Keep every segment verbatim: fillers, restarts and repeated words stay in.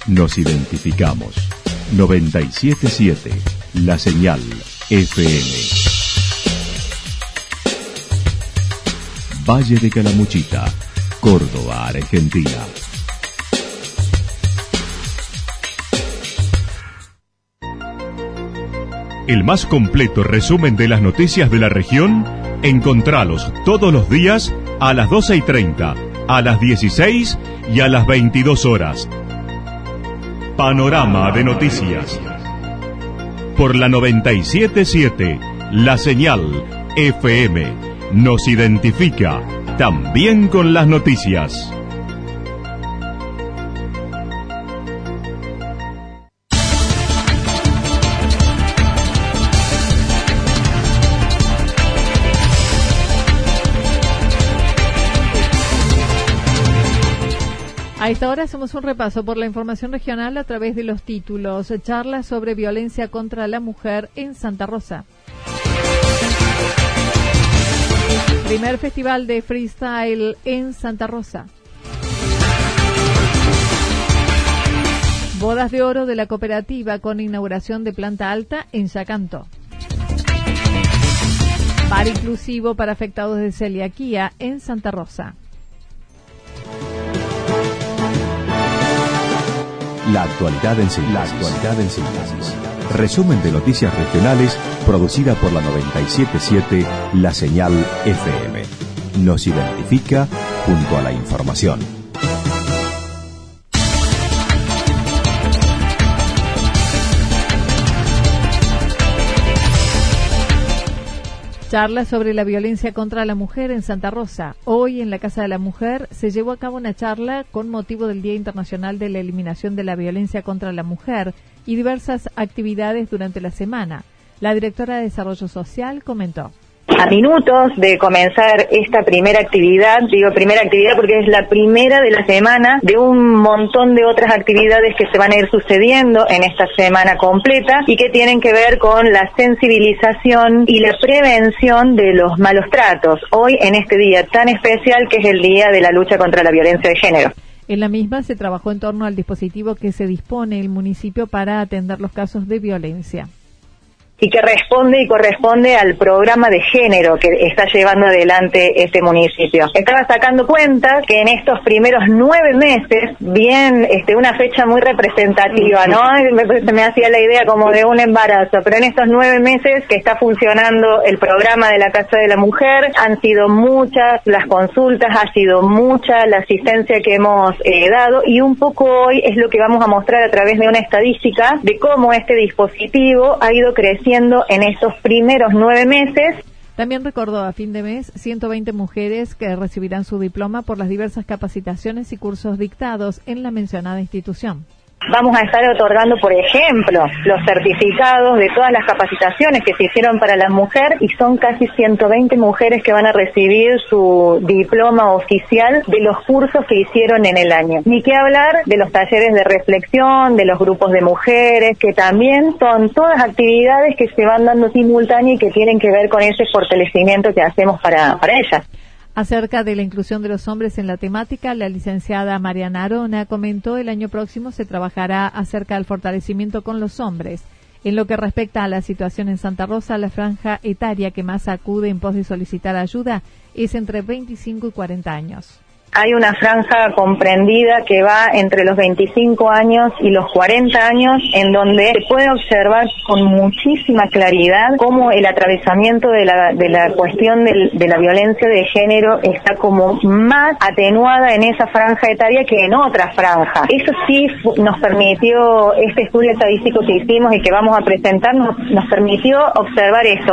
Nos identificamos. noventa y siete punto siete, La Señal F M. Valle de Calamuchita, Córdoba, Argentina. El más completo resumen de las noticias de la región, encontralos todos los días a las doce y treinta, a las dieciséis y a las veintidós horas. Panorama de noticias. Por la noventa y siete punto siete, La Señal F M nos identifica también con las noticias. A esta hora hacemos un repaso por la información regional a través de los títulos. Charla sobre violencia contra la mujer en Santa Rosa. Primer festival de freestyle en Santa Rosa. Bodas de oro de la cooperativa con inauguración de planta alta en Yacanto. Bar inclusivo para afectados de celiaquía en Santa Rosa. La actualidad en síntesis. La actualidad en síntesis. Resumen de noticias regionales producida por la noventa y siete punto siete La Señal F M. Nos identifica junto a la información. Charla sobre la violencia contra la mujer en Santa Rosa. Hoy en la Casa de la Mujer se llevó a cabo una charla con motivo del Día Internacional de la Eliminación de la Violencia contra la Mujer y diversas actividades durante la semana. La directora de Desarrollo Social comentó. A minutos de comenzar esta primera actividad, digo primera actividad porque es la primera de la semana de un montón de otras actividades que se van a ir sucediendo en esta semana completa y que tienen que ver con la sensibilización y la prevención de los malos tratos, hoy en este día tan especial que es el Día de la Lucha contra la Violencia de Género. En la misma se trabajó en torno al dispositivo que se dispone el municipio para atender los casos de violencia. Y que responde y corresponde al programa de género que está llevando adelante este municipio. Estaba sacando cuenta que en estos primeros nueve meses, bien, este, una fecha muy representativa, ¿no? Me, se me hacía la idea como de un embarazo, pero en estos nueve meses que está funcionando el programa de la Casa de la Mujer, han sido muchas las consultas, ha sido mucha la asistencia que hemos eh, dado, y un poco hoy es lo que vamos a mostrar a través de una estadística de cómo este dispositivo ha ido creciendo en estos primeros nueve meses. También recordó a fin de mes ciento veinte mujeres que recibirán su diploma por las diversas capacitaciones y cursos dictados en la mencionada institución. Vamos a estar otorgando, por ejemplo, los certificados de todas las capacitaciones que se hicieron para la mujer, y son casi ciento veinte mujeres que van a recibir su diploma oficial de los cursos que hicieron en el año. Ni qué hablar de los talleres de reflexión, de los grupos de mujeres, que también son todas actividades que se van dando simultáneo y que tienen que ver con ese fortalecimiento que hacemos para, para ellas. Acerca de la inclusión de los hombres en la temática, la licenciada Mariana Arona comentó el año próximo se trabajará acerca del fortalecimiento con los hombres. En lo que respecta a la situación en Santa Rosa, la franja etaria que más acude en pos de solicitar ayuda es entre veinticinco y cuarenta años. Hay una franja comprendida que va entre los veinticinco años y los cuarenta años, en donde se puede observar con muchísima claridad cómo el atravesamiento de la de la cuestión del, de la violencia de género está como más atenuada en esa franja etaria que en otras franjas. Eso sí nos permitió, este estudio estadístico que hicimos y que vamos a presentar, nos, nos permitió observar eso.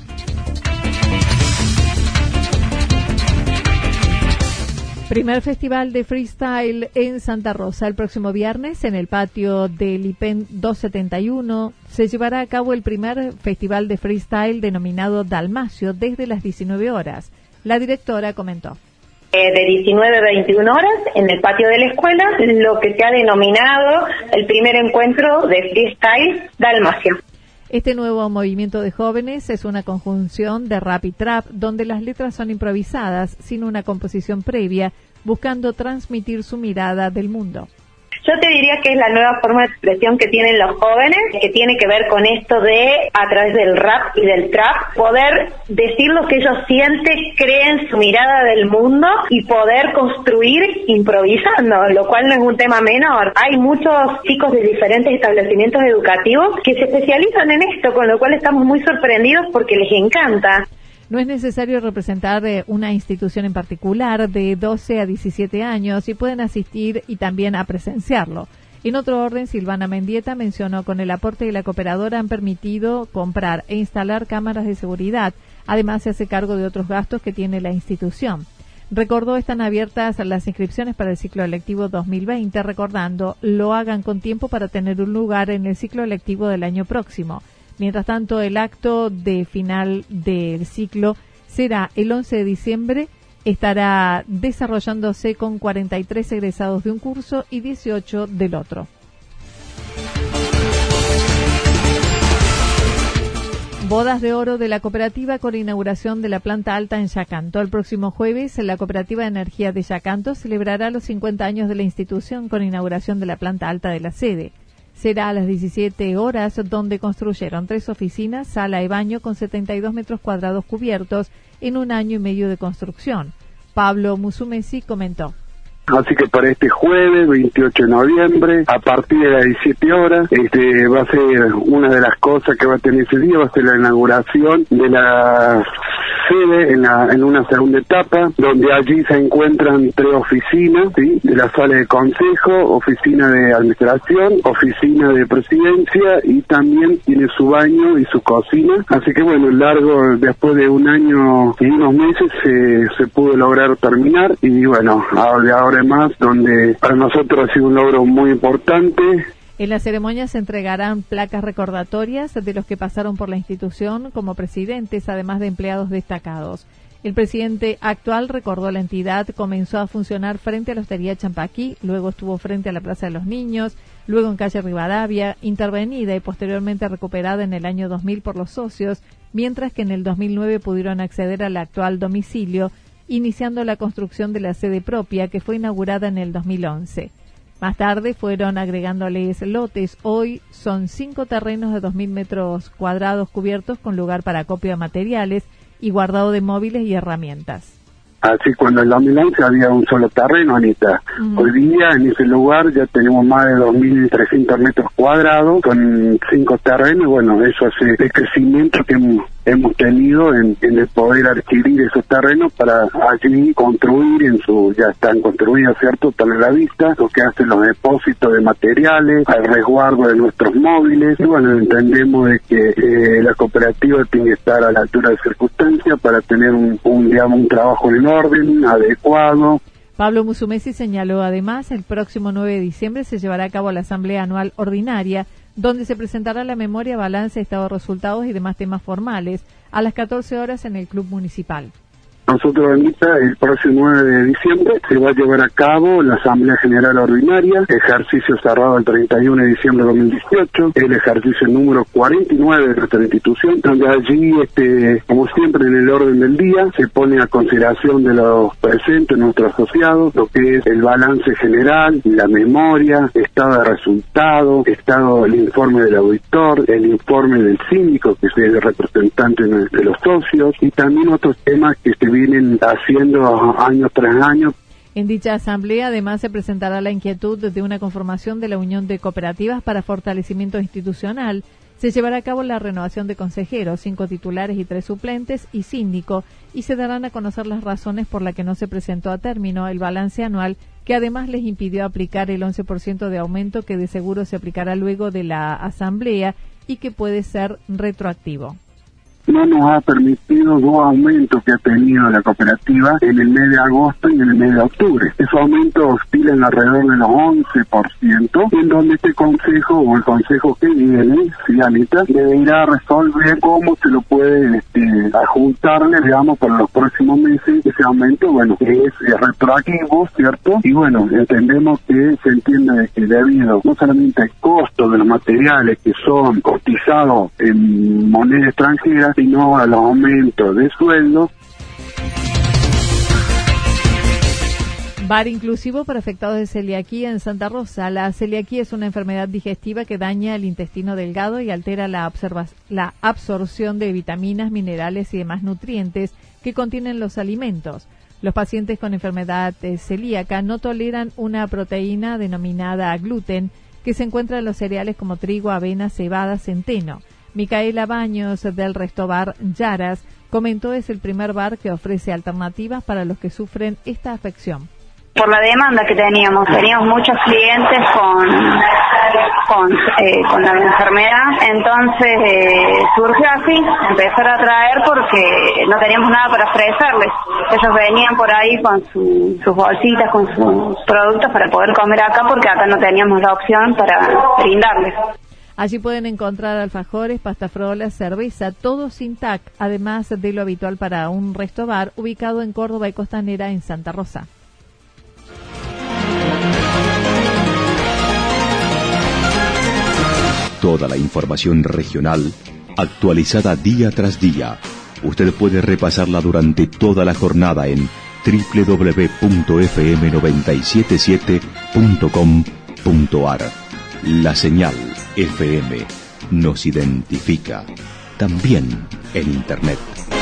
Primer festival de freestyle en Santa Rosa. El próximo viernes, en el patio del I P E N doscientos setenta y uno, se llevará a cabo el primer festival de freestyle denominado Dalmacio desde las diecinueve horas. La directora comentó. Eh, de diecinueve a veintiuna horas, en el patio de la escuela, lo que se ha denominado el primer encuentro de freestyle Dalmacio. Este nuevo movimiento de jóvenes es una conjunción de rap y trap, donde las letras son improvisadas, sin una composición previa, buscando transmitir su mirada del mundo. Yo te diría que es la nueva forma de expresión que tienen los jóvenes, que tiene que ver con esto de, a través del rap y del trap, poder decir lo que ellos sienten, creen su mirada del mundo y poder construir improvisando, lo cual no es un tema menor. Hay muchos chicos de diferentes establecimientos educativos que se especializan en esto, con lo cual estamos muy sorprendidos porque les encanta. No es necesario representar eh, una institución en particular de doce a diecisiete años y pueden asistir y también a presenciarlo. En otro orden, Silvana Mendieta mencionó con el aporte de la cooperadora han permitido comprar e instalar cámaras de seguridad. Además, se hace cargo de otros gastos que tiene la institución. Recordó, están abiertas las inscripciones para el ciclo lectivo dos mil veinte, recordando, lo hagan con tiempo para tener un lugar en el ciclo lectivo del año próximo. Mientras tanto, el acto de final del ciclo será el once de diciembre, estará desarrollándose con cuarenta y tres egresados de un curso y dieciocho del otro. Bodas de oro de la cooperativa con inauguración de la planta alta en Yacanto. El próximo jueves, la cooperativa de energía de Yacanto celebrará los cincuenta años de la institución con inauguración de la planta alta de la sede. Será a las diecisiete horas, donde construyeron tres oficinas, sala y baño con setenta y dos metros cuadrados cubiertos en un año y medio de construcción. Pablo Musumeci comentó. Así que para este jueves, veintiocho de noviembre, a partir de las diecisiete horas, este va a ser una de las cosas que va a tener ese día, va a ser la inauguración de la sede en, la, en una segunda etapa, donde allí se encuentran tres oficinas, ¿sí? De la sala de consejo, oficina de administración, oficina de presidencia y también tiene su baño y su cocina. Así que bueno, largo, después de un año y unos meses se, se pudo lograr terminar y bueno, ahora, ahora más, donde para nosotros ha sido un logro muy importante. En la ceremonia se entregarán placas recordatorias de los que pasaron por la institución como presidentes, además de empleados destacados. El presidente actual recordó la entidad comenzó a funcionar frente a la Hostería Champaquí, luego estuvo frente a la Plaza de los Niños, luego en calle Rivadavia, intervenida y posteriormente recuperada en el año dos mil por los socios, mientras que en el dos mil nueve pudieron acceder al actual domicilio, iniciando la construcción de la sede propia, que fue inaugurada en el dos mil once. Más tarde fueron agregándoles lotes. Hoy son cinco terrenos de dos mil metros cuadrados cubiertos con lugar para acopio de materiales y guardado de móviles y herramientas. Así cuando en el dos mil once había un solo terreno, Anita. Uh-huh. Hoy día en ese lugar ya tenemos más de dos mil trescientos metros cuadrados con cinco terrenos. Bueno, eso hace el crecimiento que hemos, hemos tenido en, en el poder adquirir esos terrenos para allí construir en su, ya están construidos, ¿cierto? Están a la vista, lo que hacen los depósitos de materiales, el resguardo de nuestros móviles. Y bueno, entendemos de que eh, la cooperativa tiene que estar a la altura de circunstancias para tener un, un digamos, un trabajo en orden, adecuado. Pablo Musumeci señaló además, el próximo nueve de diciembre se llevará a cabo la Asamblea Anual Ordinaria, donde se presentará la memoria, balance, estado de resultados y demás temas formales, a las catorce horas en el Club Municipal. Nosotros, Anita, el próximo nueve de diciembre se va a llevar a cabo la Asamblea General Ordinaria, ejercicio cerrado el treinta y uno de diciembre de dos mil dieciocho, el ejercicio número cuarenta y nueve de nuestra institución, donde allí, este, como siempre en el orden del día, se pone a consideración de los presentes, nuestros asociados, lo que es el balance general, la memoria, estado de resultados, estado del informe del auditor, el informe del síndico, que es el representante de los socios, y también otros temas que se vienen haciendo año tras año. En dicha asamblea, además, se presentará la inquietud de una conformación de la Unión de Cooperativas para fortalecimiento institucional. Se llevará a cabo la renovación de consejeros, cinco titulares y tres suplentes, y síndico, y se darán a conocer las razones por las que no se presentó a término el balance anual, que además les impidió aplicar el once por ciento de aumento que de seguro se aplicará luego de la asamblea y que puede ser retroactivo. No nos ha permitido dos aumentos que ha tenido la cooperativa en el mes de agosto y en el mes de octubre. Esos aumentos oscilan alrededor de los once por ciento, en donde este consejo o el consejo que viene, sí, Anita, deberá resolver cómo se lo puede este, ajustarle, digamos, para los próximos meses. Ese aumento, bueno, es, es retroactivo, ¿cierto? Y bueno, entendemos que se entiende que debido no solamente al costo de los materiales que son cotizados en moneda extranjera, sino a los aumentos de sueldo. Bar inclusivo para afectados de celiaquía en Santa Rosa. La celiaquía es una enfermedad digestiva que daña el intestino delgado y altera la, observa- la absorción de vitaminas, minerales y demás nutrientes que contienen los alimentos. Los pacientes con enfermedad celíaca no toleran una proteína denominada gluten que se encuentra en los cereales como trigo, avena, cebada, centeno. Micaela Baños del Restobar Yaras comentó es el primer bar que ofrece alternativas para los que sufren esta afección. Por la demanda que teníamos, teníamos muchos clientes con con, eh, con la enfermedad, entonces eh, surgió así, empezar a traer porque no teníamos nada para ofrecerles. Ellos venían por ahí con su, sus bolsitas, con sus productos para poder comer acá, porque acá no teníamos la opción para brindarles. Allí pueden encontrar alfajores, pastafrolas, cerveza, todo sin T A C, además de lo habitual para un restobar ubicado en Córdoba y Costanera en Santa Rosa. Toda la información regional actualizada día tras día. Usted puede repasarla durante toda la jornada en doble u doble u doble u punto efe eme noventa y siete siete punto com punto a r. La señal F M nos identifica también en Internet.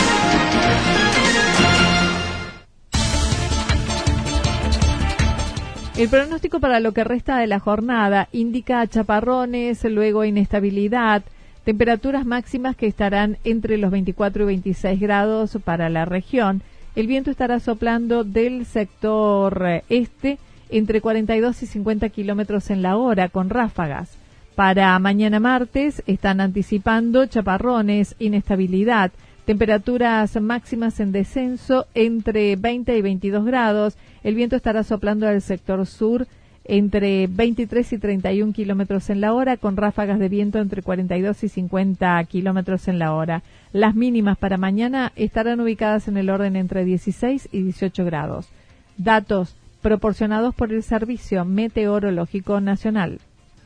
El pronóstico para lo que resta de la jornada indica chaparrones, luego inestabilidad, temperaturas máximas que estarán entre los veinticuatro y veintiséis grados para la región. El viento estará soplando del sector este entre cuarenta y dos y cincuenta kilómetros en la hora con ráfagas. Para mañana martes están anticipando chaparrones, inestabilidad, temperaturas máximas en descenso entre veinte y veintidós grados. El viento estará soplando del sector sur entre veintitrés y treinta y un kilómetros en la hora, con ráfagas de viento entre cuarenta y dos y cincuenta kilómetros en la hora. Las mínimas para mañana estarán ubicadas en el orden entre dieciséis y dieciocho grados. Datos proporcionados por el Servicio Meteorológico Nacional.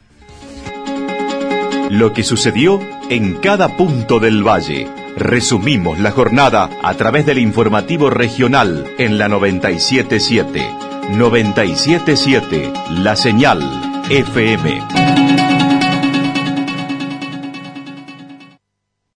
Lo que sucedió en cada punto del valle. Resumimos la jornada a través del informativo regional en la noventa y siete punto siete. noventa y siete punto siete, La Señal F M.